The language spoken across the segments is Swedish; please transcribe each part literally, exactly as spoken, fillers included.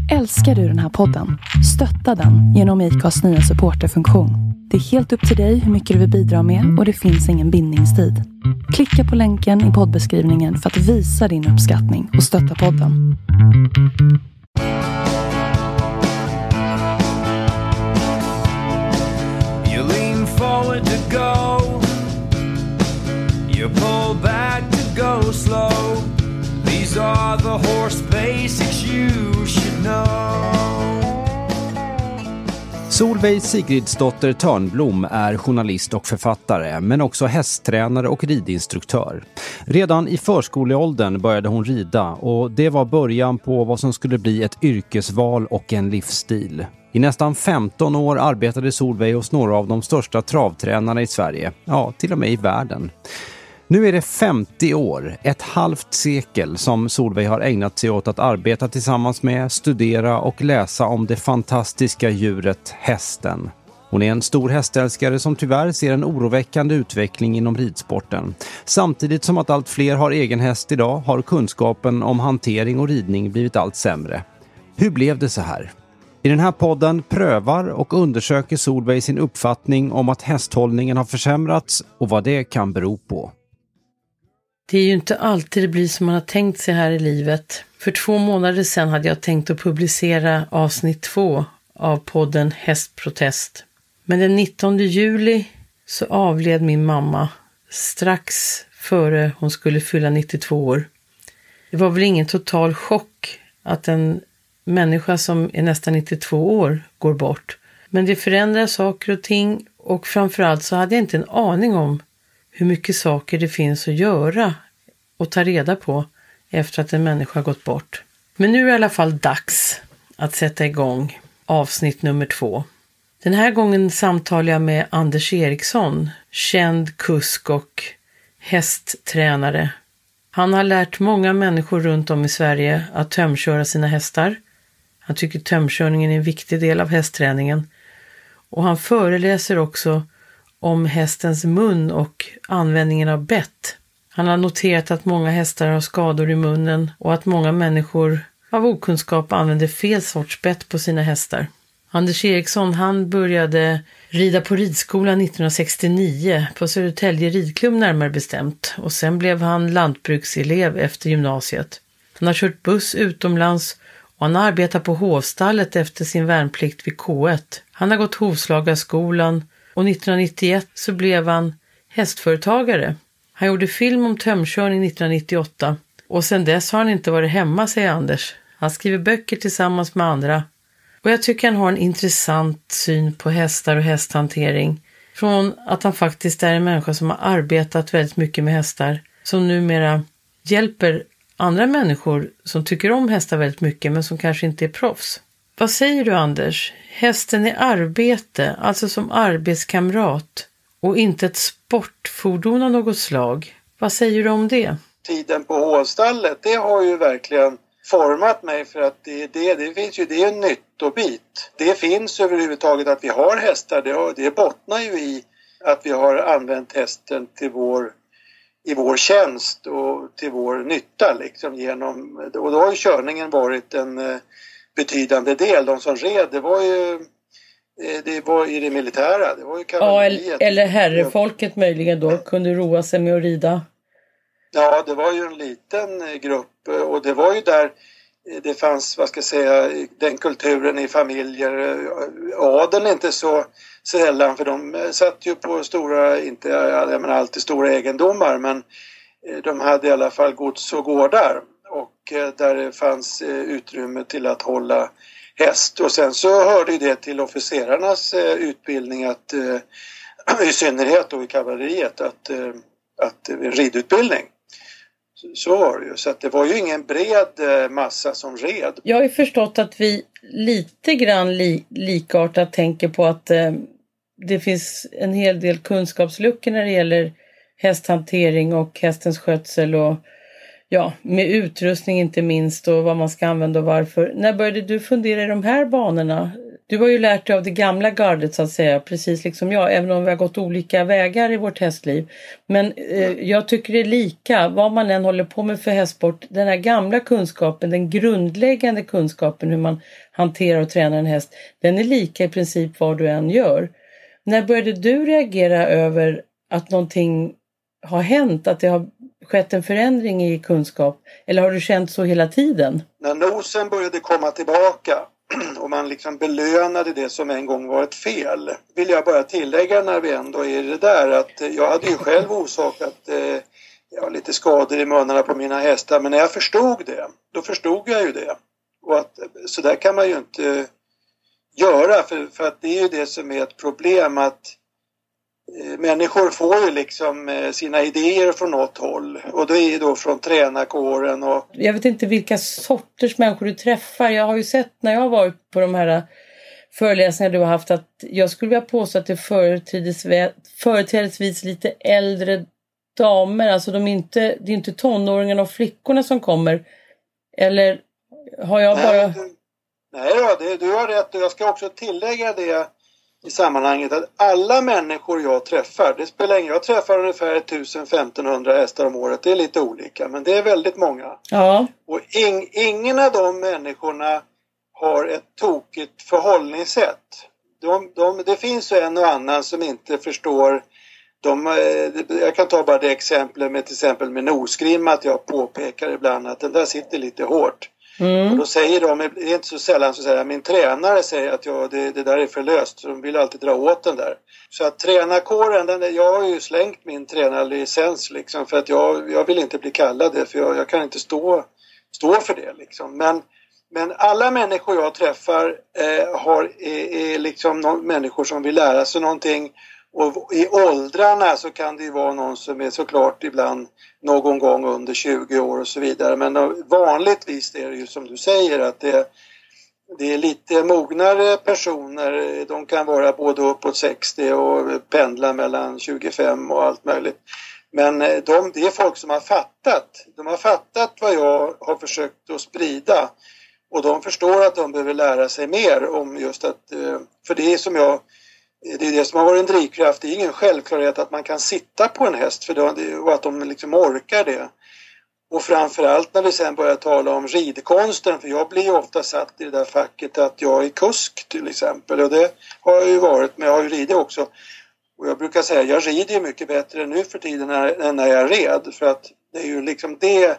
Älskar du den här podden? Stötta den genom I C A:s nya supporterfunktion. Det är helt upp till dig hur mycket du vill bidra med och det finns ingen bindningstid. Klicka på länken i poddbeskrivningen för att visa din uppskattning och stötta podden. You lean forward to go, you pull back to go slow. These are the horse basics you should know. Solveig Sigridsdotter Törnblom är journalist och författare, men också hästtränare och ridinstruktör. Redan i förskoleåldern började hon rida och det var början på vad som skulle bli ett yrkesval och en livsstil. I nästan femton år arbetade Solveig hos några av de största travtränarna i Sverige, ja till och med i världen. Nu är det femtio år, ett halvt sekel, som Solveig har ägnat sig åt att arbeta tillsammans med, studera och läsa om det fantastiska djuret hästen. Hon är en stor hästälskare som tyvärr ser en oroväckande utveckling inom ridsporten. Samtidigt som att allt fler har egen häst idag har kunskapen om hantering och ridning blivit allt sämre. Hur blev det så här? I den här podden prövar och undersöker Solveig sin uppfattning om att hästhållningen har försämrats och vad det kan bero på. Det är ju inte alltid det blir som man har tänkt sig här i livet. För två månader sedan hade jag tänkt att publicera avsnitt två av podden Hästprotest. Men den nittonde juli så avled min mamma strax före hon skulle fylla nittiotvå år. Det var väl ingen total chock att en människa som är nästan nittiotvå år går bort. Men det förändrar saker och ting och framförallt så hade jag inte en aning om hur mycket saker det finns att göra och ta reda på efter att en människa har gått bort. Men nu är det i alla fall dags att sätta igång avsnitt nummer två. Den här gången samtalar jag med Anders Eriksson, känd kusk och hästtränare. Han har lärt många människor runt om i Sverige att tömköra sina hästar. Han tycker tömkörningen är en viktig del av hästträningen. Och han föreläser också om hästens mun och användningen av bett. Han har noterat att många hästar har skador i munnen och att många människor av okunskap använder fel sorts bett på sina hästar. Anders Eriksson, han började rida på ridskolan nittonhundrasextionio på Södertälje ridklubb närmare bestämt och sen blev han lantbrukselev efter gymnasiet. Han har kört buss utomlands och han arbetar på hovstallet efter sin värnplikt vid K ett. Han har gått hovslagarskolan och nittonhundranittioett så blev han hästföretagare. Han gjorde film om tömkörning nittonhundranittioåtta och sedan dess har han inte varit hemma, säger Anders. Han skriver böcker tillsammans med andra. Och jag tycker han har en intressant syn på hästar och hästhantering. Från att han faktiskt är en människa som har arbetat väldigt mycket med hästar. Som numera hjälper andra människor som tycker om hästar väldigt mycket men som kanske inte är proffs. Vad säger du, Anders? Hästen är arbete, alltså som arbetskamrat och inte ett sportfordon av något slag. Vad säger du om det? Tiden på hovstallet, det har ju verkligen format mig för att det, det, det finns ju, det är en nyttobit. Det finns överhuvudtaget att vi har hästar, det, har, det bottnar ju i att vi har använt hästen till vår, i vår tjänst och till vår nytta liksom genom, och då har ju körningen varit en betydande del. De som red, det var ju det var i det militära, det var ju kavalleriet. Ja, eller herrefolket möjligen då kunde roa sig med att rida. Ja, det var ju en liten grupp och det var ju där det fanns, vad ska jag säga, den kulturen i familjer. Adeln är inte så sällan, för de satt ju på stora, inte jag menar alltid stora egendomar, men de hade i alla fall gods och gårdar och där det fanns utrymme till att hålla häst. Och sen så hörde det till officerarnas utbildning att i synnerhet då i kavalleriet att, att ridutbildning. Så var det ju. Så att det var ju ingen bred massa som red. Jag har ju förstått att vi lite grann li- likartat tänker på att eh, det finns en hel del kunskapsluckor när det gäller hästhantering och hästens skötsel och ja, med utrustning inte minst och vad man ska använda och varför. När började du fundera i de här banorna? Du har ju lärt dig av det gamla gardet så att säga, precis liksom jag, även om vi har gått olika vägar i vårt hästliv. Men eh, jag tycker det är lika, vad man än håller på med för hästsport, den här gamla kunskapen, den grundläggande kunskapen hur man hanterar och tränar en häst, den är lika i princip vad du än gör. När började du reagera över att någonting har hänt, att det har skett en förändring i kunskap? Eller har du känt så hela tiden? När nosen började komma tillbaka och man liksom belönade det som en gång var ett fel, vill jag bara tillägga när vi ändå är i det där, att jag hade ju själv orsakat eh, ja, lite skador i munnarna på mina hästar, men när jag förstod det, då förstod jag ju det. Och att, så där kan man ju inte göra, för, för att det är ju det som är ett problem, att eh, människor får ju liksom eh, sina idéer från något håll, och det är då från tränarkåren. Och jag vet inte vilka sorters människor du träffar. Jag har ju sett när jag har varit på de här föreläsningar du har haft, att jag skulle vilja påstå att det är företrädesvis lite äldre damer, alltså de är inte, det är inte tonåringarna och flickorna som kommer, eller har jag bara... Nej, du, nej då, det, du har rätt, och jag ska också tillägga det i sammanhanget, att alla människor jag träffar, det spelar ingen, jag träffar ungefär tusen till femtonhundra hästar om året, det är lite olika, men det är väldigt många. Ja. Och ing, ingen av de människorna har ett tokigt förhållningssätt. De, de, det finns ju en och annan som inte förstår. De, jag kan ta bara det exemplet med till exempel med nosgrim, att jag påpekar ibland att den där sitter lite hårt. Mm. Och då säger de, det är inte så sällan så säger min tränare säger att jag, det, det där är för löst, så de vill alltid dra åt den där. Så att tränarkåren, den, jag har ju slängt min tränarlicens liksom, för att jag, jag vill inte bli kallad det, för jag, jag kan inte stå, stå för det liksom. Men, men alla människor jag träffar eh, har, är, är liksom no, människor som vill lära sig någonting. Och i åldrarna så kan det ju vara någon som är såklart ibland någon gång under tjugo år och så vidare. Men vanligtvis är det ju som du säger, att det, det är lite mognare personer. De kan vara både uppåt sextio och pendla mellan tjugofem och allt möjligt. Men de, det är folk som har fattat. De har fattat vad jag har försökt att sprida. Och de förstår att de behöver lära sig mer om just att, för det är som jag... Det är det som har varit en drivkraft. Det är ingen självklarhet att man kan sitta på en häst för det, och att de liksom orkar det. Och framförallt när vi sen börjar tala om ridkonsten, för jag blir ju ofta satt i det där facket att jag är kusk till exempel. Och det har jag ju varit, men jag har ju ridit också. Och jag brukar säga, jag rider ju mycket bättre nu för tiden än när jag red. För att det är ju liksom det,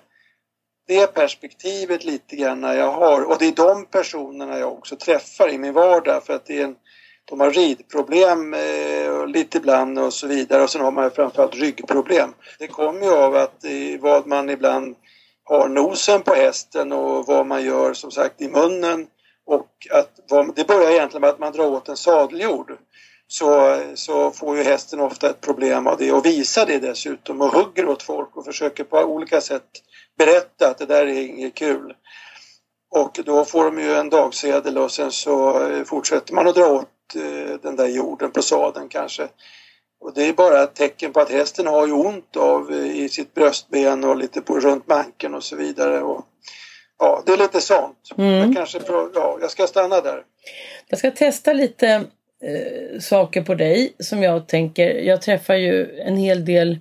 det perspektivet lite grann när jag har. Och det är de personerna jag också träffar i min vardag, för att det är en... De har ridproblem eh, lite ibland och så vidare. Och sen har man framförallt ryggproblem. Det kommer ju av att eh, vad man ibland har nosen på hästen och vad man gör som sagt i munnen. Och att vad, det börjar egentligen med att man drar åt en sadeljord. Så, så får ju hästen ofta ett problem av det, och visar det dessutom och hugger åt folk och försöker på olika sätt berätta att det där är inget kul. Och då får de ju en dagsedel och sen så fortsätter man att dra åt den där jorden på sadeln kanske. Och det är bara ett tecken på att hästen har ju ont av i sitt bröstben och lite på runt manken och så vidare. Och, ja, det är lite sånt. Mm. Jag, kanske, ja, jag ska stanna där. Jag ska testa lite eh, saker på dig som jag tänker. Jag träffar ju en hel del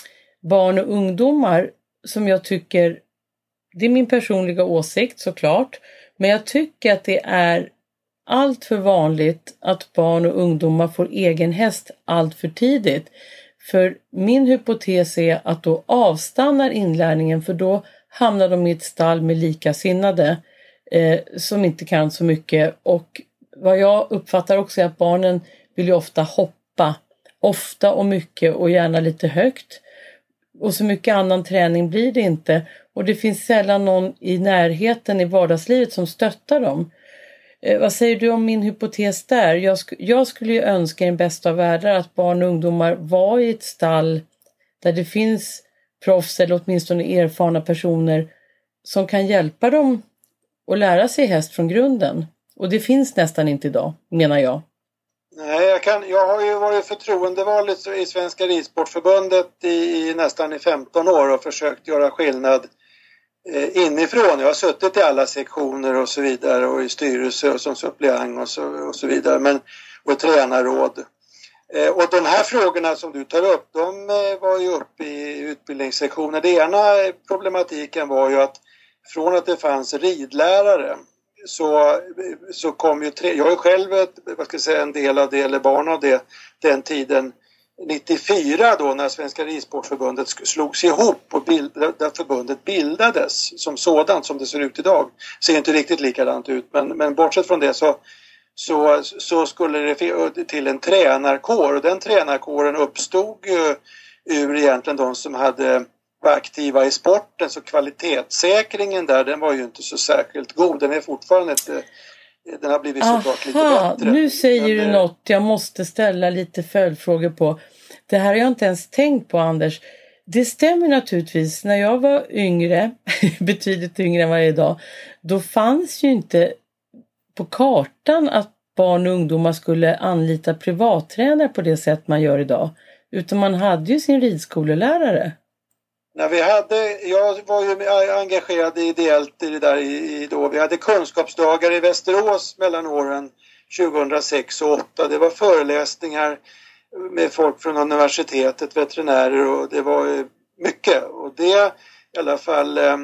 barn och ungdomar som jag tycker, det är min personliga åsikt såklart, men jag tycker att det är allt för vanligt att barn och ungdomar får egen häst allt för tidigt. För min hypotes är att då avstannar inlärningen, för då hamnar de i ett stall med likasinnade eh, som inte kan så mycket. Och vad jag uppfattar också är att barnen vill ju ofta hoppa. Ofta och mycket och gärna lite högt. Och så mycket annan träning blir det inte. Och det finns sällan någon i närheten i vardagslivet som stöttar dem. Eh, vad säger du om min hypotes där? Jag, sk- jag skulle ju önska i den bästa av världar att barn och ungdomar var i ett stall där det finns proffs eller åtminstone erfarna personer som kan hjälpa dem att lära sig häst från grunden. Och det finns nästan inte idag, menar jag. Nej, jag, kan, jag har ju varit förtroendevald i Svenska Ridsportförbundet i, i nästan i femton år och försökt göra skillnad eh, inifrån. Jag har suttit i alla sektioner och så vidare och i styrelse och som suppleant och så, och så vidare, men, och i tränarråd. Eh, och de här frågorna som du tar upp, de eh, var ju uppe i utbildningssektionen. Det ena problematiken var ju att från att det fanns ridlärare så, så kom ju tre, jag är själv ett, vad ska jag säga, en del av det, eller barn av det, den tiden nittiofyra då när Svenska Ridsportförbundet slogs ihop och bild, där förbundet bildades som sådant som det ser ut idag. Ser inte riktigt likadant ut, men, men bortsett från det så, så, så skulle det till en tränarkår, och den tränarkåren uppstod ju ur egentligen de som hade var aktiva i sporten, så kvalitetssäkringen där, den var ju inte så särskilt god. Den är fortfarande inte, den har blivit såklart lite bättre. Nu säger men, du något jag måste ställa lite följdfrågor på. Det här har jag inte ens tänkt på, Anders. Det stämmer naturligtvis. När jag var yngre, betydligt yngre än varje dag, då fanns ju inte på kartan att barn och ungdomar skulle anlita privattränare på det sätt man gör idag. Utan man hade ju sin ridskolelärare. När vi hade, jag var ju engagerad ideellt i det där i, då. Vi hade kunskapsdagar i Västerås mellan åren tjugohundrasex och tjugohundraåtta. Det var föreläsningar med folk från universitetet, veterinärer, och det var mycket. Och det i alla fall, eh,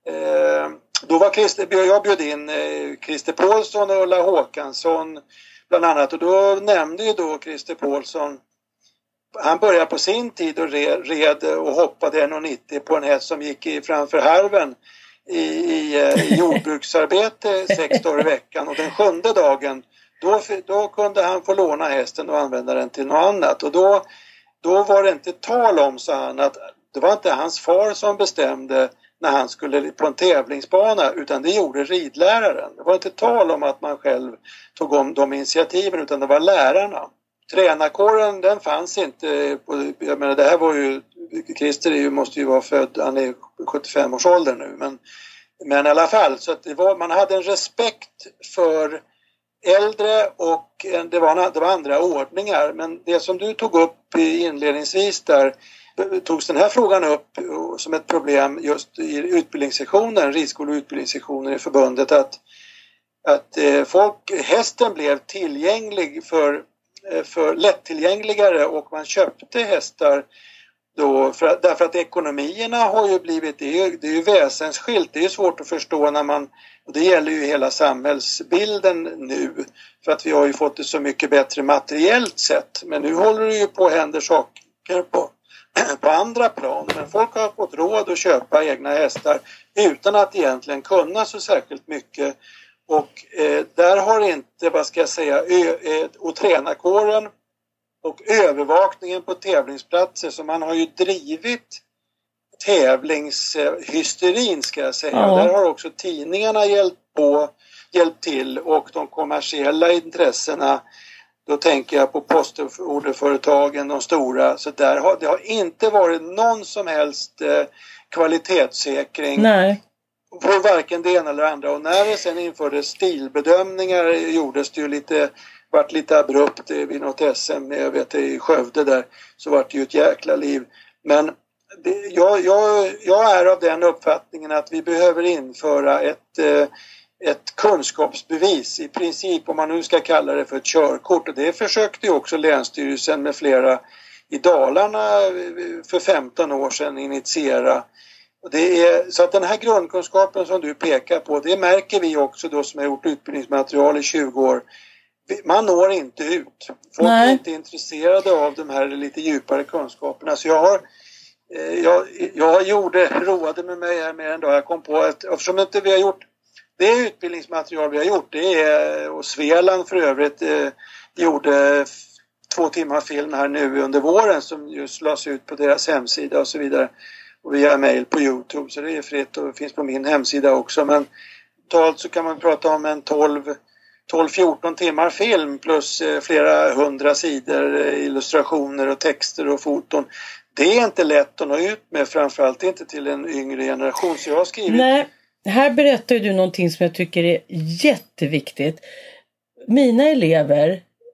då var Christer, jag bjöd in eh, Christer Paulsson och Ulla Håkansson bland annat. Och då nämnde ju då Christer Paulsson, han började på sin tid och red, red och hoppade en nittio på en häst som gick i, framför härven i, i, i jordbruksarbete sex dagar i veckan. Och den sjunde dagen, då, då kunde han få låna hästen och använda den till något annat. Och då, då var det inte tal om, sa han, att det var inte hans far som bestämde när han skulle på en tävlingsbana, utan det gjorde ridläraren. Det var inte tal om att man själv tog om de initiativen, utan det var lärarna. Tränarkåren, den fanns inte på, jag menar, det här var ju, Christer är ju, måste ju vara född, han är sjuttiofem års ålder nu, men, men i alla fall, så att det var, man hade en respekt för äldre, och det var, det var andra ordningar. Men det som du tog upp inledningsvis där, togs den här frågan upp som ett problem just i utbildningssektionen, ridskole- och utbildningssektionen i förbundet, att, att folk, hästen blev tillgänglig för för lättillgängligare, och man köpte hästar då för, därför att ekonomierna har ju blivit, det är ju, det är ju väsensskilt, det är ju svårt att förstå när man, och det gäller ju hela samhällsbilden nu, för att vi har ju fått det så mycket bättre materiellt sett, men nu håller det ju på att hända saker på, på andra plan, men folk har fått råd att köpa egna hästar utan att egentligen kunna så särskilt mycket. Och eh, där har inte, vad ska jag säga, ö, ö, och tränarkåren och övervakningen på tävlingsplatser, så man har ju drivit tävlingshysterin, ska jag säga. Ja. Där har också tidningarna hjälpt på, hjälpt till, och de kommersiella intressena, då tänker jag på postorderföretagen, de stora, så där har det har inte varit någon som helst eh, kvalitetssäkring. Nej. På varken det ena eller andra. Och när det sen infördes stilbedömningar gjordes det ju lite, vart lite abrupt vid något S M, jag vet i Skövde där, så vart det ju ett jäkla liv. Men det, jag, jag, jag är av den uppfattningen att vi behöver införa ett, ett kunskapsbevis i princip, om man nu ska kalla det för ett körkort. Och det försökte ju också Länsstyrelsen med flera i Dalarna för femton år sedan initiera. Det är, så att den här grundkunskapen som du pekar på, det märker vi också då som har gjort utbildningsmaterial i tjugo år. Man når inte ut. Folk Nej. är inte intresserade av de här lite djupare kunskaperna. Så jag har, jag, jag gjorde, roade med mig här mer en dag. Jag kom på att eftersom inte vi har gjort det utbildningsmaterial vi har gjort, det är, och Svealand för övrigt eh, gjorde två timmar film här nu under våren som just lades ut på deras hemsida och så vidare. Och via mail på YouTube, så det är fritt och finns på min hemsida också. Men totalt så kan man prata om en tolv till fjorton timmar film plus eh, flera hundra sidor eh, illustrationer och texter och foton. Det är inte lätt att nå ut med, framförallt inte till en yngre generation. Så jag har skrivit... Nej, här berättar du någonting som jag tycker är jätteviktigt. Mina elever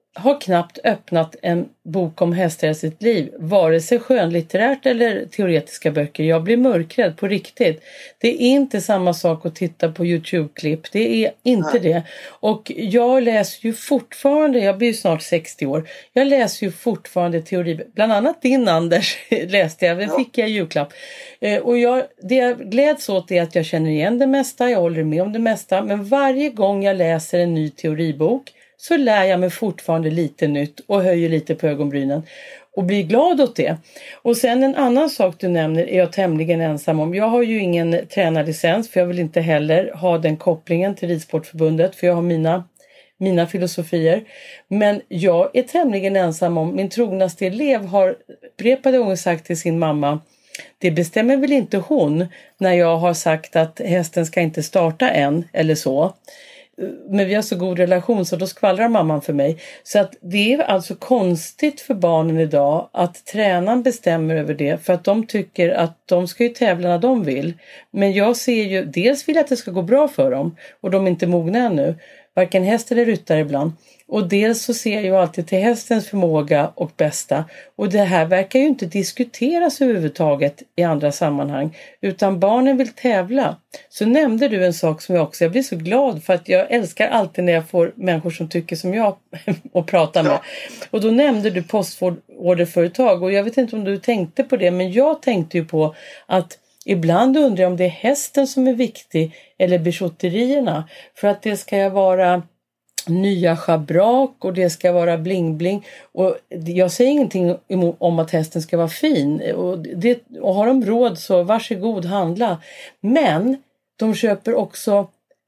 har knappt öppnat en bok om hästar i sitt liv. Vare sig skönlitterärt eller teoretiska böcker. Jag blir mörkrädd på riktigt. Det är inte samma sak att titta på YouTube-klipp. Det är inte Nej. det. Och jag läser ju fortfarande, jag blir ju snart sextio år. Jag läser ju fortfarande teori. Bland annat din Anders läste jag. Den ja. fick jag i julklapp. Och jag, det jag gläds åt är att jag känner igen det mesta. Jag håller med om det mesta. Men varje gång jag läser en ny teoribok så lär jag mig fortfarande lite nytt och höjer lite på ögonbrynen och blir glad åt det. Och sen en annan sak du nämner är jag tämligen ensam om. Jag har ju ingen tränarlicens för jag vill inte heller ha den kopplingen till Ridsportförbundet för jag har mina, mina filosofier. Men jag är tämligen ensam om, min trognaste elev har upprepade gånger sagt till sin mamma, det bestämmer väl inte hon när jag har sagt att hästen ska inte starta än eller så. Men vi har så god relation så då skvallrar mamman för mig. Så att det är alltså konstigt för barnen idag att tränaren bestämmer över det. För att de tycker att de ska ju tävla när de vill. Men jag ser ju, dels vill jag att det ska gå bra för dem. Och de är inte mogna ännu. Varken häst eller ryttare ibland. Och dels så ser jag ju alltid till hästens förmåga och bästa. Och det här verkar ju inte diskuteras överhuvudtaget i andra sammanhang. Utan barnen vill tävla. Så nämnde du en sak som jag också, jag blir så glad för att jag älskar alltid när jag får människor som tycker som jag och pratar med. Ja. Och då nämnde du postorderföretag och jag vet inte om du tänkte på det. Men jag tänkte ju på att ibland undrar jag om det är hästen som är viktig eller bijouterierna. För att det ska vara nya schabrak och det ska vara bling bling. Och jag säger ingenting om att hästen ska vara fin. Och, det, och har de råd så varsågod handla. Men de köper också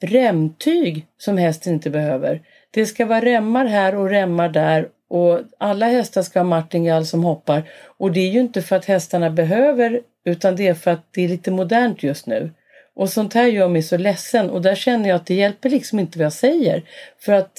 remtyg som hästen inte behöver. Det ska vara remmar här och remmar där. Och alla hästar ska ha martingall som hoppar. Och det är ju inte för att hästarna behöver utan det är för att det är lite modernt just nu. Och sånt här gör mig så ledsen. Och där känner jag att det hjälper liksom inte vad jag säger. För att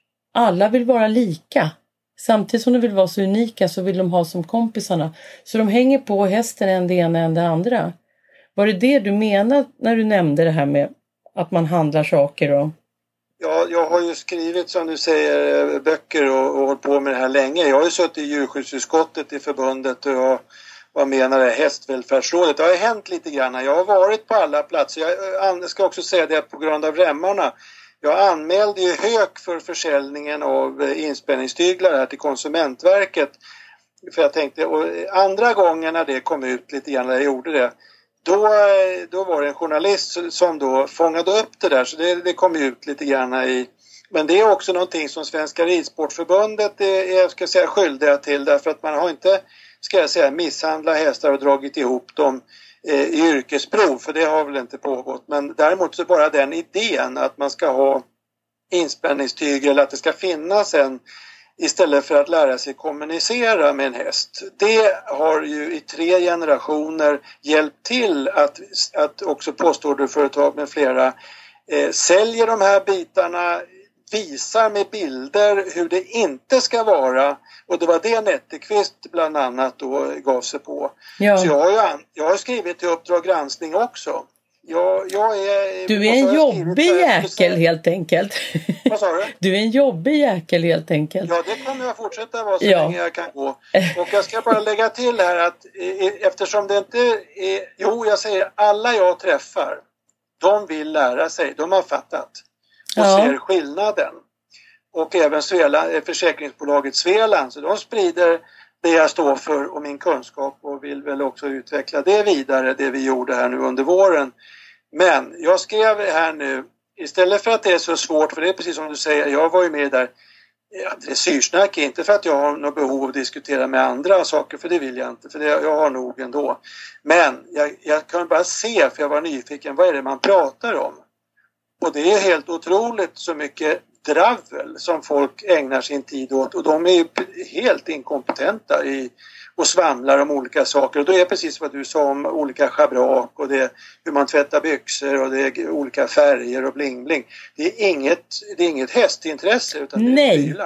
alla vill vara lika. Samtidigt som de vill vara så unika så vill de ha som kompisarna. Så de hänger på hästen en det ena än det andra. Var det det du menade när du nämnde det här med att man handlar saker och... Ja, jag har ju skrivit som du säger böcker och, och hållit på med det här länge. Jag har ju suttit i djurskyddsutskottet i förbundet och jag vad menar det, hästvälfärdsrådet. Det har hänt lite grann. Jag har varit på alla platser. Jag ska också säga det på grund av remmarna. Jag anmälde ju Hök för försäljningen av inspänningstyglar här till Konsumentverket. För jag tänkte, och andra gången när det kom ut lite grann när jag gjorde det. Då, då var det en journalist som då fångade upp det där. Så det, det kom ut lite grann i... Men det är också någonting som Svenska Ridsportförbundet är, är ska säga, skyldiga till. Därför att man har inte... ska jag säga, misshandla hästar och dragit ihop dem eh, i yrkesprov, för det har väl inte pågått. Men däremot så bara den idén att man ska ha inspänningstyg eller att det ska finnas en istället för att lära sig kommunicera med en häst. Det har ju i tre generationer hjälpt till att, att också postorderföretag med flera eh, säljer de här bitarna, visar med bilder hur det inte ska vara. Och det var det Netteqvist bland annat då gav sig på. Ja. Så jag har, ju, jag har skrivit till Uppdrag granskning också. Jag, jag är, du är en jobbig jäkel helt enkelt. Vad sa du? Du är en jobbig jäkel helt enkelt. Ja, det kommer jag fortsätta vara så ja. länge jag kan gå. Och jag ska bara lägga till här att eftersom det inte är... Jo, jag säger alla jag träffar, de vill lära sig. De har fattat. Och ja. ser skillnaden. Och även Svealand, försäkringsbolaget Svealand. Så de sprider det jag står för och min kunskap. Och vill väl också utveckla det vidare. Det vi gjorde här nu under våren. Men jag skrev här nu. Istället för att det är så svårt. För det är precis som du säger. Jag var ju med där. Ja, dressyrsnack. Inte för att jag har något behov av att diskutera med andra saker. För det vill jag inte. För det, jag har nog ändå. Men jag, jag kan bara se. För jag var nyfiken. Vad är det man pratar om? Och det är helt otroligt så mycket dravel som folk ägnar sin tid åt. Och de är ju helt inkompetenta i och svamlar om olika saker. Och då är det precis vad du sa om olika schabrak och det, hur man tvättar byxor och det är olika färger och bling bling. Det är inget, det är inget hästintresse utan det är Nej. prylar.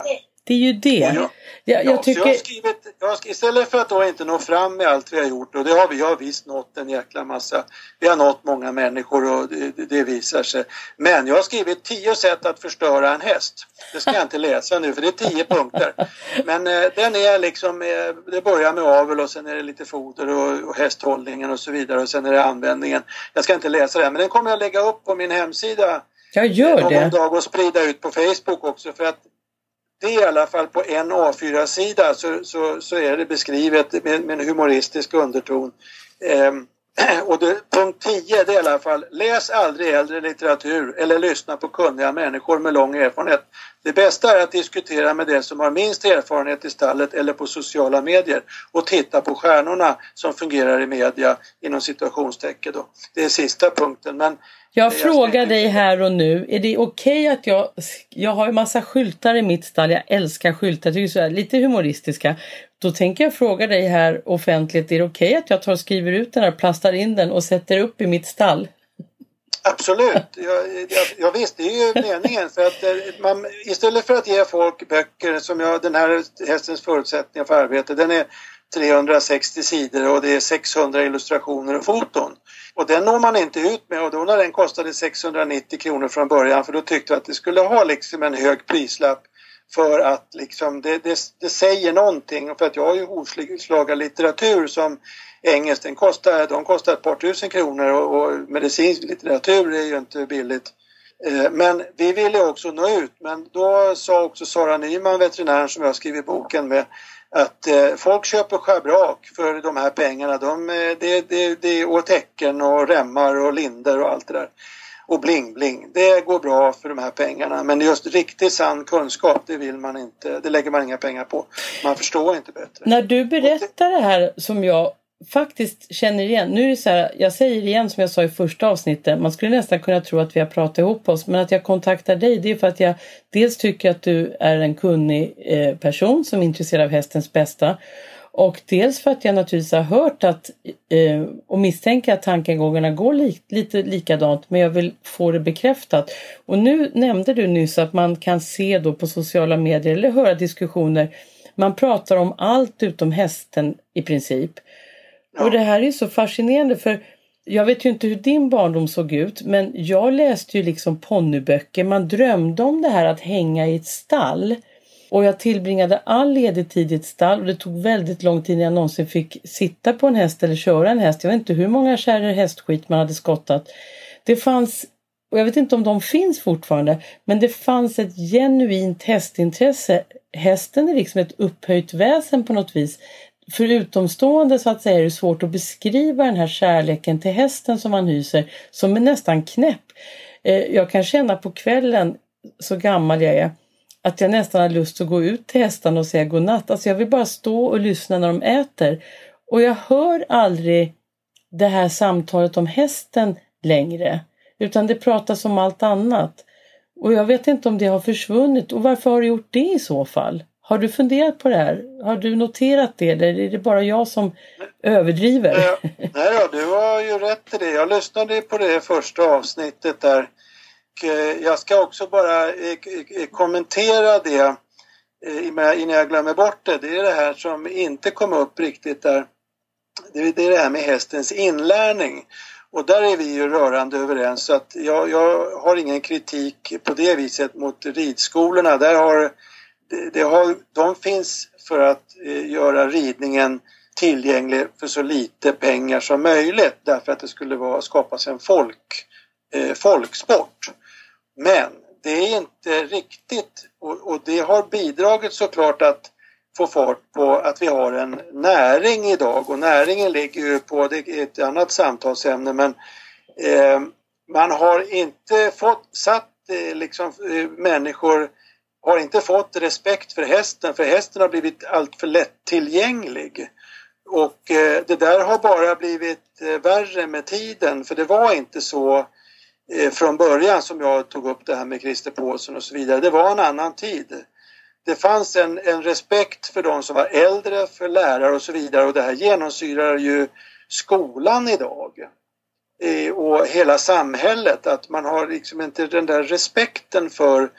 Det är ju det. Jag, jag, ja, jag tycker... jag har skrivit, jag har skrivit, istället för att då inte nå fram med allt vi har gjort, och det har vi, jag har visst nått en jäkla massa. Vi har nått många människor och det, det, det visar sig. Men jag har skrivit tio sätt att förstöra en häst. Det ska jag inte läsa nu för det är tio punkter. Men eh, den är liksom, eh, det börjar med avel och sen är det lite foder och, och hästhållningen och så vidare. Och sen är det användningen. Jag ska inte läsa det, men den kommer jag lägga upp på min hemsida. Jag gör någon det. dag och sprida ut på Facebook också, för att det är i alla fall på en A fyra sida så, så, så är det beskrivet med, med en humoristisk underton. Ehm, och det, punkt tio det är i alla fall: läs aldrig äldre litteratur eller lyssna på kunniga människor med lång erfarenhet. Det bästa är att diskutera med den som har minst erfarenhet i stallet eller på sociala medier och titta på stjärnorna som fungerar i media inom situationstecken då. Det är sista punkten. Men jag jag frågar dig här och nu, är det okej att jag, jag har en massa skyltar i mitt stall, jag älskar skyltar, det är så här, lite humoristiska. Då tänker jag fråga dig här offentligt, är det okej att jag tar och skriver ut den här, plastar in den och sätter upp i mitt stall? Absolut, jag, jag, jag visst, det är ju meningen, för att man, istället för att ge folk böcker som jag, den här hästens förutsättningar för arbete, den är trehundrasextio sidor och det är sexhundra illustrationer och foton. Och den når man inte ut med, och då när den kostade sexhundranittio kronor från början, för då tyckte jag att det skulle ha liksom en hög prislapp för att liksom det, det, det säger någonting. Och för att jag har ju hovslagar litteratur som engelsk, den kostar, de kostar ett par tusen kronor och, och medicinsk litteratur är ju inte billigt. Eh, men vi ville också nå ut, men då sa också Sara Nyman, veterinären som jag skrivit boken med, att eh, folk köper schabrak för de här pengarna. De, det, det, det är tecken och remmar och linder och allt det där. Och bling bling. Det går bra för de här pengarna. Men just riktigt sann kunskap, det vill man inte. Det lägger man inga pengar på. Man förstår inte bättre. När du berättar det här som jag faktiskt känner igen. Nu är det så här, jag säger igen som jag sa i första avsnittet. Man skulle nästan kunna tro att vi har pratat ihop oss. Men att jag kontaktar dig, det är för att jag dels tycker att du är en kunnig eh, person som är intresserad av hästens bästa. Och dels för att jag naturligtvis har hört att eh, och misstänker att tankegångarna går li- lite likadant, men jag vill få det bekräftat. Och nu nämnde du nyss att man kan se då på sociala medier eller höra diskussioner. Man pratar om allt utom hästen i princip. Ja. Och det här är så fascinerande, för jag vet ju inte hur din barndom såg ut, men jag läste ju liksom ponnyböcker. Man drömde om det här att hänga i ett stall. Och jag tillbringade all ledig tid i ett stall, och det tog väldigt lång tid när jag någonsin fick sitta på en häst eller köra en häst. Jag vet inte hur många kärror hästskit man hade skottat. Det fanns, och jag vet inte om de finns fortfarande, men det fanns ett genuint hästintresse. Hästen är liksom ett upphöjt väsen på något vis. För utomstående så att säga är det svårt att beskriva den här kärleken till hästen som man hyser, som är nästan knäpp. Jag kan känna på kvällen, så gammal jag är, att jag nästan har lust att gå ut till hästarna och säga godnatt. Alltså jag vill bara stå och lyssna när de äter. Och jag hör aldrig det här samtalet om hästen längre. Utan det pratas om allt annat. Och jag vet inte om det har försvunnit. Och varför har du gjort det i så fall? Har du funderat på det här? Har du noterat det? Eller är det bara jag som överdriver? Nej, nej då, du har ju rätt i det. Jag lyssnade på det första avsnittet där. Jag ska också bara kommentera det innan jag glömmer bort det. Det är det här som inte kom upp riktigt där. Det är det här med hästens inlärning. Och där är vi ju rörande överens. Så att jag, jag har ingen kritik på det viset mot ridskolorna. Där har, det, det har, de finns för att göra ridningen tillgänglig för så lite pengar som möjligt. Därför att det skulle vara, skapas en folk, eh, folksport. Men det är inte riktigt, och, och det har bidragit såklart att få fart på att vi har en näring idag. Och näringen ligger ju på, det är ett annat samtalsämne, men eh, man har inte fått satt eh, liksom eh, människor har inte fått respekt för hästen, för hästen har blivit allt för lättillgänglig. Och eh, det där har bara blivit eh, värre med tiden, för det var inte så från början som jag tog upp det här med Christer Paulsson och så vidare. Det var en annan tid. Det fanns en, en respekt för de som var äldre, för lärare och så vidare. Och det här genomsyrar ju skolan idag. Eh, och hela samhället. Att man har liksom inte den där respekten för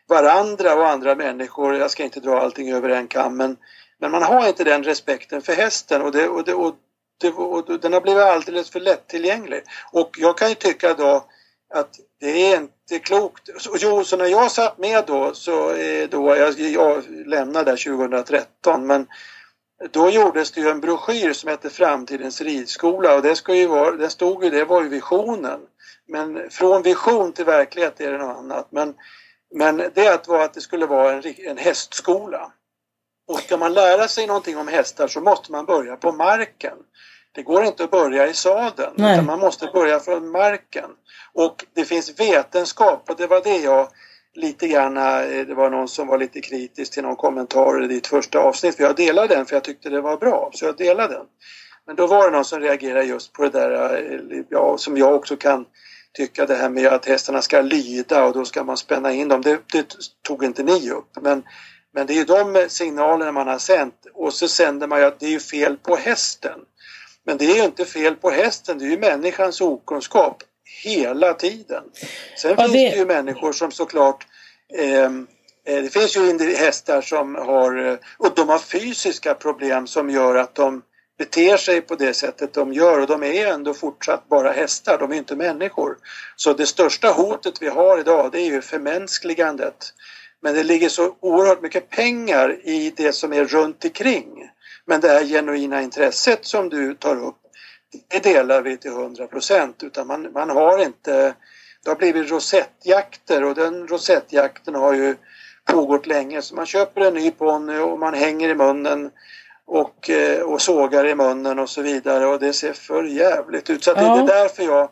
varandra och andra människor. Jag ska inte dra allting över en kam, men, men man har inte den respekten för hästen och, det, och, det, och, det, och den har blivit alldeles för lättillgänglig. Och jag kan ju tycka då att det är inte klokt. Så, jo, så när jag satt med då, så eh, då jag, jag lämnade där tjugohundratretton, men då gjordes det ju en broschyr som hette Framtidens ridskola, och det, ska ju vara, det stod ju, det var ju visionen. Men från vision till verklighet är det något annat. Men, men det var att det skulle vara en, en hästskola. Och ska man lära sig någonting om hästar så måste man börja på marken. Det går inte att börja i sadeln, Nej. utan man måste börja från marken. Och det finns vetenskap, och det var det jag lite grann, det var någon som var lite kritisk till någon kommentar i ditt första avsnitt. För jag delade den för jag tyckte det var bra, så jag delade den. Men då var det någon som reagerade just på det där, ja, som jag också kan tycka, det här med att hästarna ska lyda och då ska man spänna in dem. Det, det tog inte ni upp, men, men det är ju de signalerna man har sänt, och så sänder man ju att det är ju fel på hästen. Men det är ju inte fel på hästen, det är ju människans okunskap hela tiden. Sen ja, finns det... det ju människor som såklart, eh, det finns ju hästar som har, och de har fysiska problem som gör att de beter sig på det sättet de gör, och de är ändå fortsatt bara hästar, de är inte människor. Så det största hotet vi har idag, det är ju förmänskligandet. Men det ligger så oerhört mycket pengar i det som är runt omkring. Men det här genuina intresset som du tar upp, det delar vi till hundra procent, utan man, man har inte, det har blivit rosettjakter, och den rosettjakten har ju pågått länge, så man köper en ny ponny och man hänger i munnen och, och sågar i munnen och så vidare, och det ser för jävligt ut. Så att ja. det, det är därför jag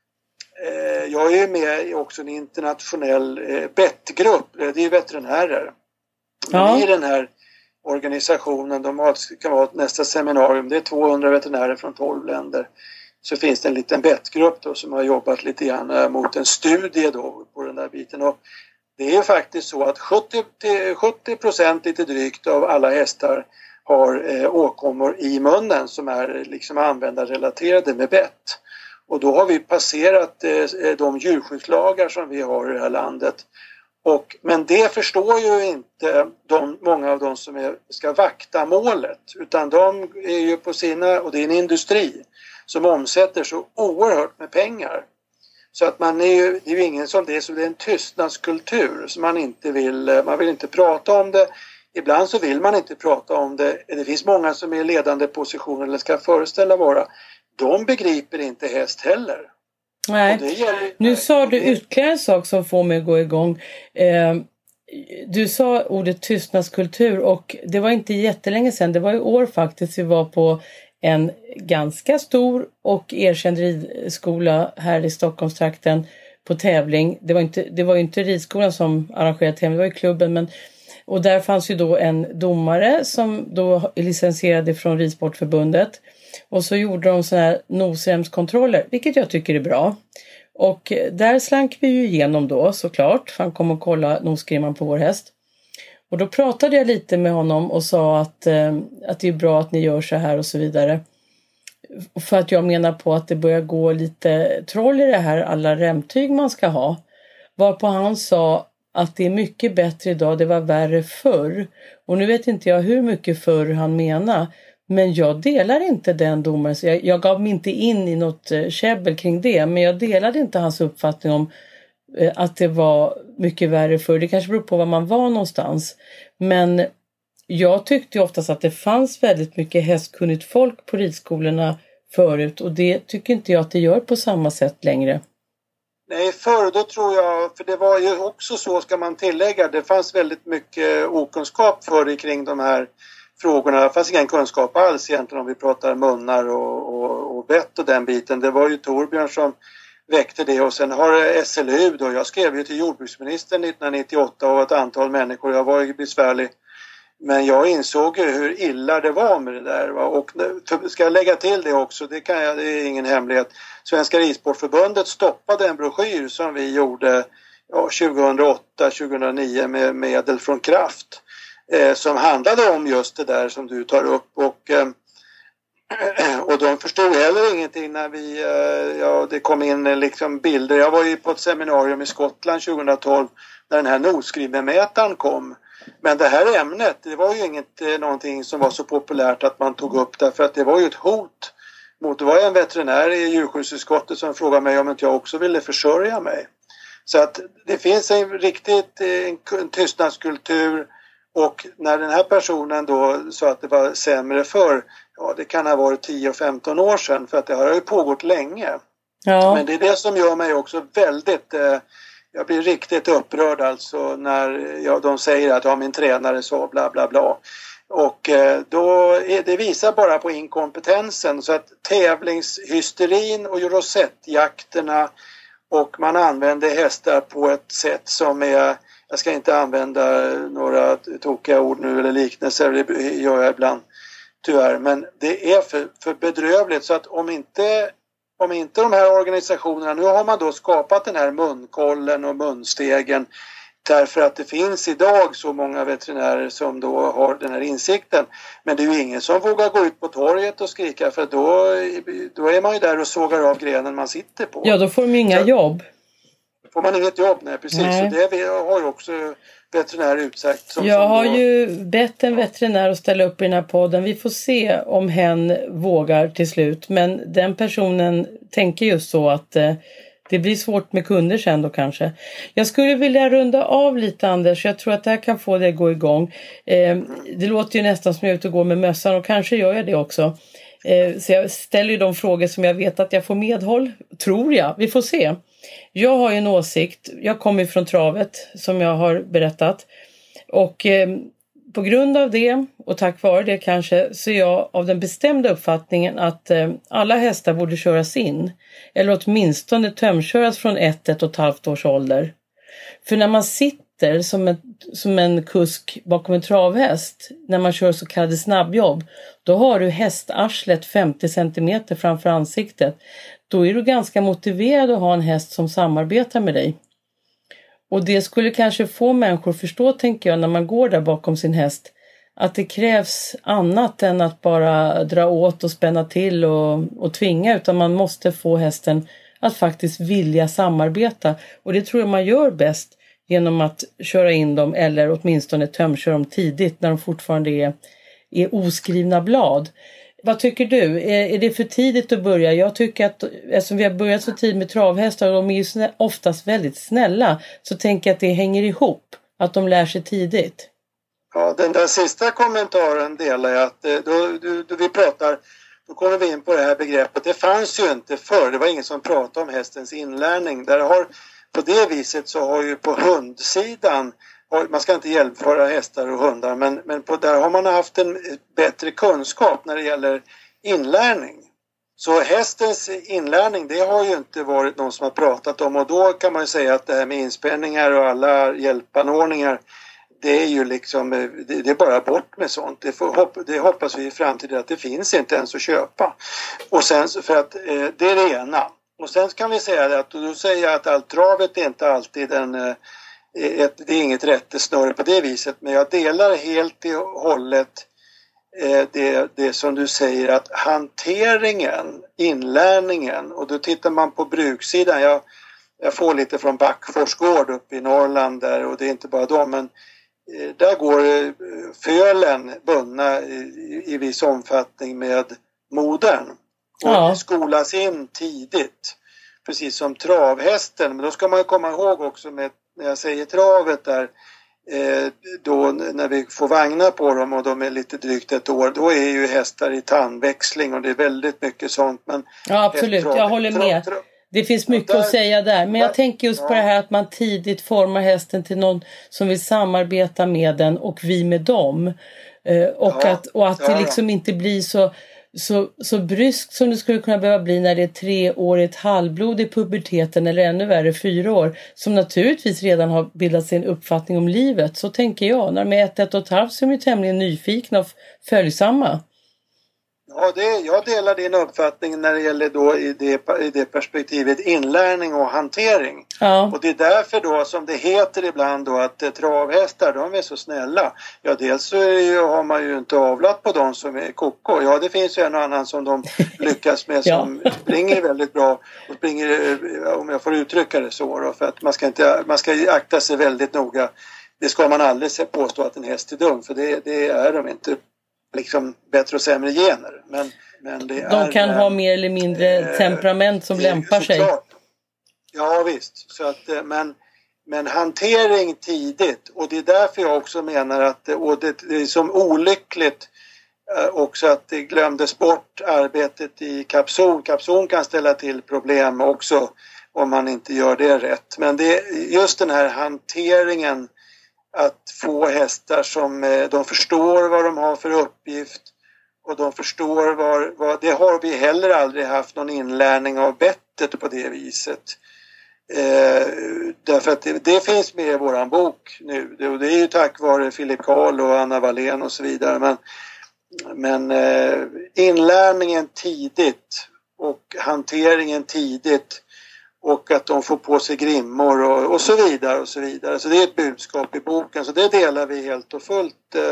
eh, jag är med i också en internationell eh, bettgrupp, det är veterinärer. Ja. I den här organisationen, de har, kan vara nästa seminarium, det är tvåhundra veterinärer från tolv länder. Så finns det en liten bettgrupp då som har jobbat lite grann mot en studie då på den där biten. Och det är faktiskt så att sjuttio procent lite drygt av alla hästar har eh, åkommor i munnen som är liksom användarrelaterade med bett. Och då har vi passerat eh, de djurskyddslagar som vi har i det här landet. Och, men det förstår ju inte de, många av de som är, ska vakta målet, utan de är ju på sina, och det är en industri som omsätter så oerhört med pengar. Så att man är ju, det är ju ingen som det är, så det är en tystnadskultur som man inte vill, man vill inte prata om det. Ibland så vill man inte prata om det. Det finns många som är i ledande positioner eller ska föreställa vara. De begriper inte häst heller. Nej, gäller, nu sa du ytterligare en sak som får mig att gå igång. Eh, du sa ordet tystnadskultur, och det var inte jättelänge sedan, det var i år faktiskt, vi var på en ganska stor och erkänd ridskola här i Stockholmstrakten på tävling. Det var inte, det var ju inte ridskolan som arrangerade tävling, det var ju klubben, men, och där fanns ju då en domare som då är licensierad från Ridsportförbundet. Och så gjorde de såna här nosremskontroller, vilket jag tycker är bra. Och där slank vi ju igenom då såklart, för han kom och kolla nosgrimman på vår häst. Och då pratade jag lite med honom och sa att, eh, att det är bra att ni gör så här och så vidare. För att jag menar på att det börjar gå lite troll i det här, alla remtyg man ska ha. Varpå han sa att det är mycket bättre idag, det var värre förr. Och nu vet inte jag hur mycket förr han menar. Men jag delar inte den domaren, så jag, jag gav mig inte in i något eh, käbbel kring det. Men jag delade inte hans uppfattning om eh, att det var mycket värre förr. Det kanske beror på var man var någonstans. Men jag tyckte ju oftast att det fanns väldigt mycket hästkunnigt folk på ridskolorna förut. Och det tycker inte jag att det gör på samma sätt längre. Nej, förr då tror jag, för det var ju också så, ska man tillägga, det fanns väldigt mycket okunskap förr kring de här frågorna. Det fanns ingen kunskap alls egentligen om vi pratar munnar och, och, och bett och den biten. Det var ju Torbjörn som väckte det, och sen har S L U då, jag skrev ju till jordbruksministern nittonhundranittioåtta och ett antal människor, jag var ju besvärlig. Men jag insåg ju hur illa det var med det där. Va? Och ska jag lägga till det också, det, kan jag, det är ingen hemlighet. Svenska Ridsportförbundet stoppade en broschyr som vi gjorde ja, tjugohundraåtta tjugohundranio med medel från Kraft. Eh, som handlade om just det där som du tar upp. Och, eh, och de förstod heller ingenting när vi, ja, det kom in liksom bilder. Jag var ju på ett seminarium i Skottland tjugohundratolv när den här nosgrimmemätaren kom. Men det här ämnet, det var ju inget någonting som var så populärt att man tog upp det, för att det var ju ett hot mot, det var en veterinär i djurskyddsutskottet som frågade mig om inte jag också ville försörja mig. Så att det finns en riktigt en, en tystnadskultur, och när den här personen då sa att det var sämre för, ja det kan ha varit tio femton år sedan, för att det har ju pågått länge. Ja. Men det är det som gör mig också väldigt, eh, jag blir riktigt upprörd alltså när ja, de säger att ja, min tränare sa bla bla bla. Och eh, då är, det visar bara på inkompetensen, så att tävlingshysterin och rosettjakterna, och man använder hästar på ett sätt som är, jag ska inte använda några tokiga ord nu eller liknelser, det gör jag ibland tyvärr, men det är för, för bedrövligt, så att om inte, om inte de här organisationerna, nu har man då skapat den här munkollen och munstegen därför att det finns idag så många veterinärer som då har den här insikten, men det är ju ingen som vågar gå ut på torget och skrika, för då, då är man ju där och sågar av grenen man sitter på. Ja, då får de inga så, jobb. Får man inget jobb, nej precis. Nej. Så det har ju också veterinär utsagt. Som, jag som har då... ju bett en veterinär att ställa upp i den här podden. Vi får se om hen vågar till slut. Men den personen tänker just så att eh, det blir svårt med kunder sen då kanske. Jag skulle vilja runda av lite, Anders. Jag tror att det här kan få det att gå igång. Eh, det låter ju nästan som jag är ute och går med mössan, och kanske gör jag det också. Eh, så jag ställer ju de frågor som jag vet att jag får medhåll. Tror jag. Vi får se. Jag har ju en åsikt. Jag kommer från travet som jag har berättat. Och eh, på grund av det, och tack vare det kanske, så är jag av den bestämda uppfattningen att eh, alla hästar borde köras in. Eller åtminstone tömköras från ett, ett och ett halvt års ålder. För när man sitter som, ett, som en kusk bakom en travhäst, när man kör så kallade snabbjobb, då har du hästarslet femtio centimeter framför ansiktet. Då är du ganska motiverad att ha en häst som samarbetar med dig. Och det skulle kanske få människor förstå, tänker jag, när man går där bakom sin häst, att det krävs annat än att bara dra åt och spänna till och, och tvinga, utan man måste få hästen att faktiskt vilja samarbeta. Och det tror jag man gör bäst genom att köra in dem, eller åtminstone tömköra dem tidigt när de fortfarande är, är oskrivna blad. Vad tycker du? Är, är det för tidigt att börja? Jag tycker att eftersom vi har börjat så tidigt med travhästar, och de är ju snä, oftast väldigt snälla, så tänker jag att det hänger ihop. Att de lär sig tidigt. Ja, den där sista kommentaren delar jag. Att då, då, då vi pratar, då kommer vi in på det här begreppet. Det fanns ju inte förr. Det var ingen som pratade om hästens inlärning. Där har, på det viset så har ju på hundsidan, man ska inte jämföra hästar och hundar, men, men på, där har man haft en bättre kunskap när det gäller inlärning. Så hästens inlärning, det har ju inte varit någon som har pratat om, och då kan man ju säga att det här med inspänningar och alla hjälpanordningar, det är ju liksom, det, det är bara bort med sånt. Det, får, det hoppas vi i framtiden att det finns inte ens att köpa. Och sen, för att eh, det är det ena. Och sen kan vi säga att, och då säger jag att allt travet är inte alltid en... Eh, Ett, det är inget rättesnöre på det viset, men jag delar helt i hållet eh, det, det som du säger, att hanteringen, inlärningen, och då tittar man på brukssidan, jag, jag får lite från Backfors gård uppe i Norrland där, och det är inte bara dem, men eh, där går eh, fölen bundna i, i viss omfattning med modern och ja. skolas in tidigt, precis som travhästen. Men då ska man ju komma ihåg också med, när jag säger travet där, eh, då när vi får vagnar på dem och de är lite drygt ett år, då är ju hästar i tandväxling och det är väldigt mycket sånt. Men ja, absolut, trav, jag håller med. Trav, trav, det finns mycket där, att säga där, men jag där, tänker just ja. på det här att man tidigt formar hästen till någon som vill samarbeta med den och vi med dem. Eh, och, ja, att, och att ja, det liksom ja. inte blir så... Så, så bryskt som det skulle kunna behöva bli när det är tre år, ett halvblod i puberteten, eller ännu värre fyra år, som naturligtvis redan har bildat sin uppfattning om livet. Så tänker jag, när de är ett, ett och ett halvt så är de tämligen nyfikna och följsamma. Ja, det, jag delar din uppfattning när det gäller då i det, i det perspektivet inlärning och hantering. Ja. Och det är därför då som det heter ibland då att eh, travhästar, de är så snälla. Ja, dels så är ju, har man ju inte avlat på dem som är koko. Ja, det finns ju en och annan som de lyckas med som ja. springer väldigt bra och springer, om jag får uttrycka det så då, för att man ska inte, man ska akta sig väldigt noga. Det ska man aldrig påstå att en häst är dum, för det, det är de inte. Liksom bättre och sämre gener. Men, men det de är, kan äh, ha mer eller mindre äh, temperament som lämpar sig. Klart. Ja visst. Så att, men, men hantering tidigt. Och det är därför jag också menar att och det, det är som olyckligt äh, också att det glömdes bort arbetet i kapson. Kapson kan ställa till problem också om man inte gör det rätt. Men det just den här hanteringen, att få hästar som de förstår vad de har för uppgift och de förstår vad, vad det har vi heller aldrig haft någon inlärning av bettet på det viset. Eh, därför att det, det finns med i våran bok nu. Det, och det är ju tack vare Filip Karl och Anna Wallén och så vidare. Men, men eh, inlärningen tidigt och hanteringen tidigt och att de får på sig grimmor och, och så vidare och så vidare. Så det är ett budskap i boken. Så det delar vi helt och fullt.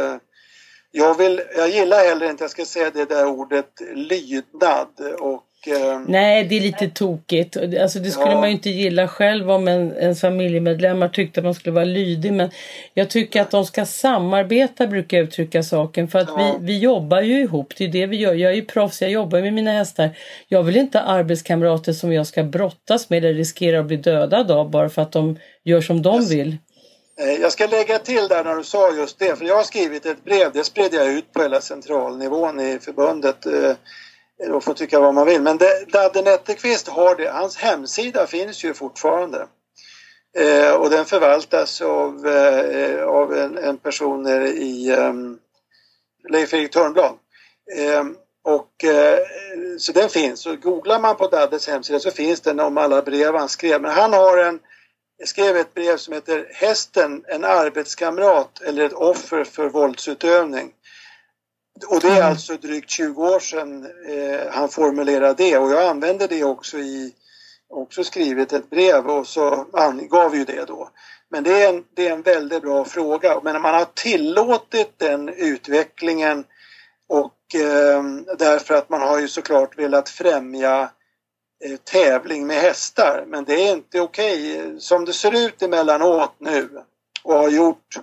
Jag, vill, jag gillar heller inte, jag ska säga det där ordet lydnad. Och, nej, det är lite tokigt. Alltså det skulle ja. man ju inte gilla själv om en, en familjemedlemmar tyckte att man skulle vara lydig. Men jag tycker att de ska samarbeta, brukar jag uttrycka saken. För att ja. vi, vi jobbar ju ihop, det är det vi gör. Jag är ju proffs, jag jobbar med mina hästar. Jag vill inte ha arbetskamrater som jag ska brottas med eller riskera att bli dödad av bara för att de gör som de yes. vill. Jag ska lägga till där när du sa just det. För jag har skrivit ett brev, det spred jag ut på hela centralnivån i förbundet. Och får tycka vad man vill. Men det, Dadde Netterqvist har det. Hans hemsida finns ju fortfarande. Eh, och den förvaltas av, eh, av en, en person i eh, Leif-Erik Törnblad. Eh, och eh, så den finns. Och googlar man på Daddes hemsida så finns den om alla brev han skrev. Men han har en skrev ett brev som heter Hästen, en arbetskamrat eller ett offer för våldsutövning. Och det är mm. alltså drygt tjugo år sedan eh, han formulerade det. Och jag använde det också i, också skrivit ett brev och så angav ju det då. Men det är en, det är en väldigt bra fråga. Men man har tillåtit den utvecklingen och eh, därför att man har ju såklart velat främja eh, tävling med hästar. Men det är inte okej som det ser ut emellanåt nu och har gjort.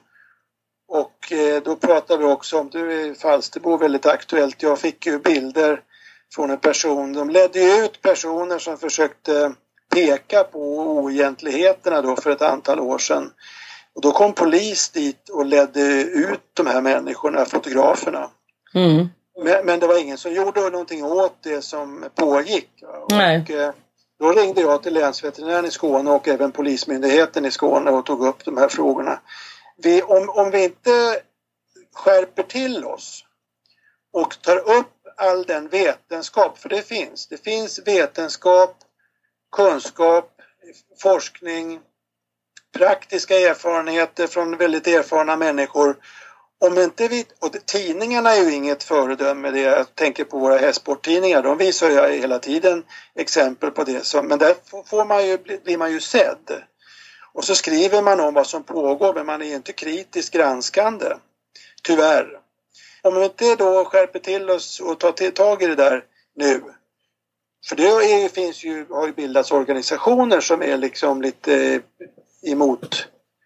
Och eh, då pratar vi också om, du är Falsterbo väldigt aktuellt, jag fick ju bilder från en person, de ledde ut personer som försökte peka på oegentligheterna då för ett antal år sedan. Och då kom polis dit och ledde ut de här människorna, fotograferna. Mm. Men, men det var ingen som gjorde någonting åt det som pågick. Nej. Och eh, då ringde jag till länsveterinären i Skåne och även polismyndigheten i Skåne och tog upp de här frågorna. Vi, om, om vi inte skärper till oss och tar upp all den vetenskap, för det finns. Det finns vetenskap, kunskap, forskning, praktiska erfarenheter från väldigt erfarna människor. Om inte vi, och det, tidningarna är ju inget föredöme, det jag tänker på våra hästsporttidningar, de visar ju hela tiden exempel på det. Som, men där får man ju, blir man ju sedd. Och så skriver man om vad som pågår, men man är inte kritiskt granskande. Tyvärr. Om vi inte då skärper till oss och tar till, tag i det där nu. För det är, finns ju, har ju bildats organisationer som är liksom lite emot,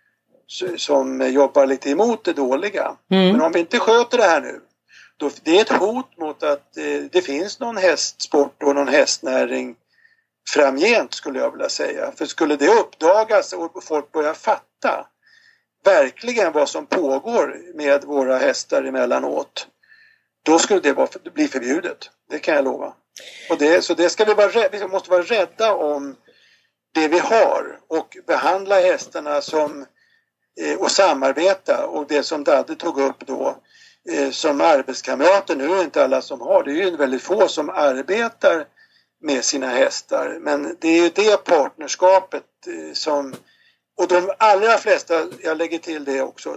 som jobbar lite emot det dåliga. Mm. Men om vi inte sköter det här nu, då det är ett hot mot att eh, det finns någon hästsport och någon hästnäring framgent, skulle jag vilja säga. För skulle det uppdagas och folk börjar fatta verkligen vad som pågår med våra hästar emellanåt, då skulle det vara, bli förbjudet. Det kan jag lova. Och det, så det ska vi vara, vi måste vara rädda om det vi har och behandla hästarna som eh, och samarbeta. Och det som Dadde tog upp då eh, som arbetskamrater, nu är det inte alla som har, det är ju väldigt få som arbetar med sina hästar. Men det är ju det partnerskapet eh, som, och de allra flesta, jag lägger till det också, de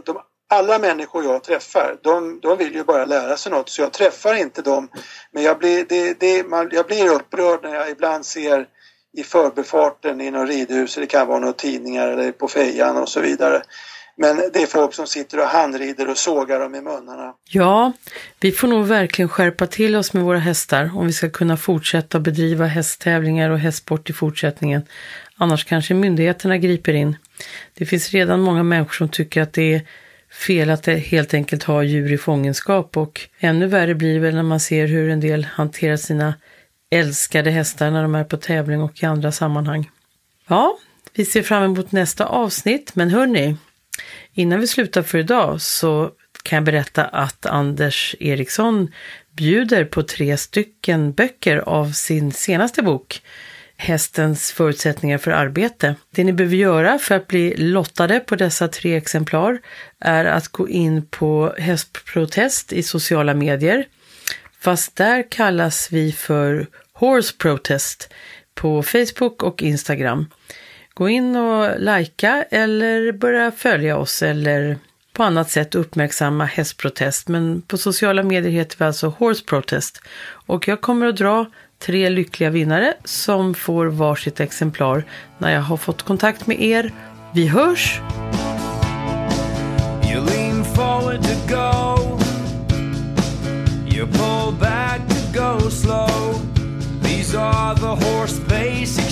alla människor jag träffar, de, de vill ju bara lära sig något, så jag träffar inte dem. Men jag blir, det, det, man, jag blir upprörd när jag ibland ser i förbifarten i någon ridhus, det kan vara några tidningar eller på fejan och så vidare. Men det är folk som sitter och handrider och sågar dem i munnarna. Ja, vi får nog verkligen skärpa till oss med våra hästar om vi ska kunna fortsätta bedriva hästtävlingar och hästsport i fortsättningen. Annars kanske myndigheterna griper in. Det finns redan många människor som tycker att det är fel att helt enkelt ha djur i fångenskap, och ännu värre blir det väl när man ser hur en del hanterar sina älskade hästar när de är på tävling och i andra sammanhang. Ja, vi ser fram emot nästa avsnitt, men hörni, innan vi slutar för idag så kan jag berätta att Anders Eriksson bjuder på tre stycken böcker av sin senaste bok, Hästens förutsättningar för arbete. Det ni behöver göra för att bli lottade på dessa tre exemplar är att gå in på Hästprotest i sociala medier. Fast där kallas vi för Horse Protest på Facebook och Instagram. Gå in och likea eller börja följa oss eller på annat sätt uppmärksamma Hästprotest. Men på sociala medier heter vi alltså Horse Protest. Och jag kommer att dra tre lyckliga vinnare som får varsitt exemplar när jag har fått kontakt med er. Vi hörs! You lean forward to go, you pull back to go slow. These are the horse basics.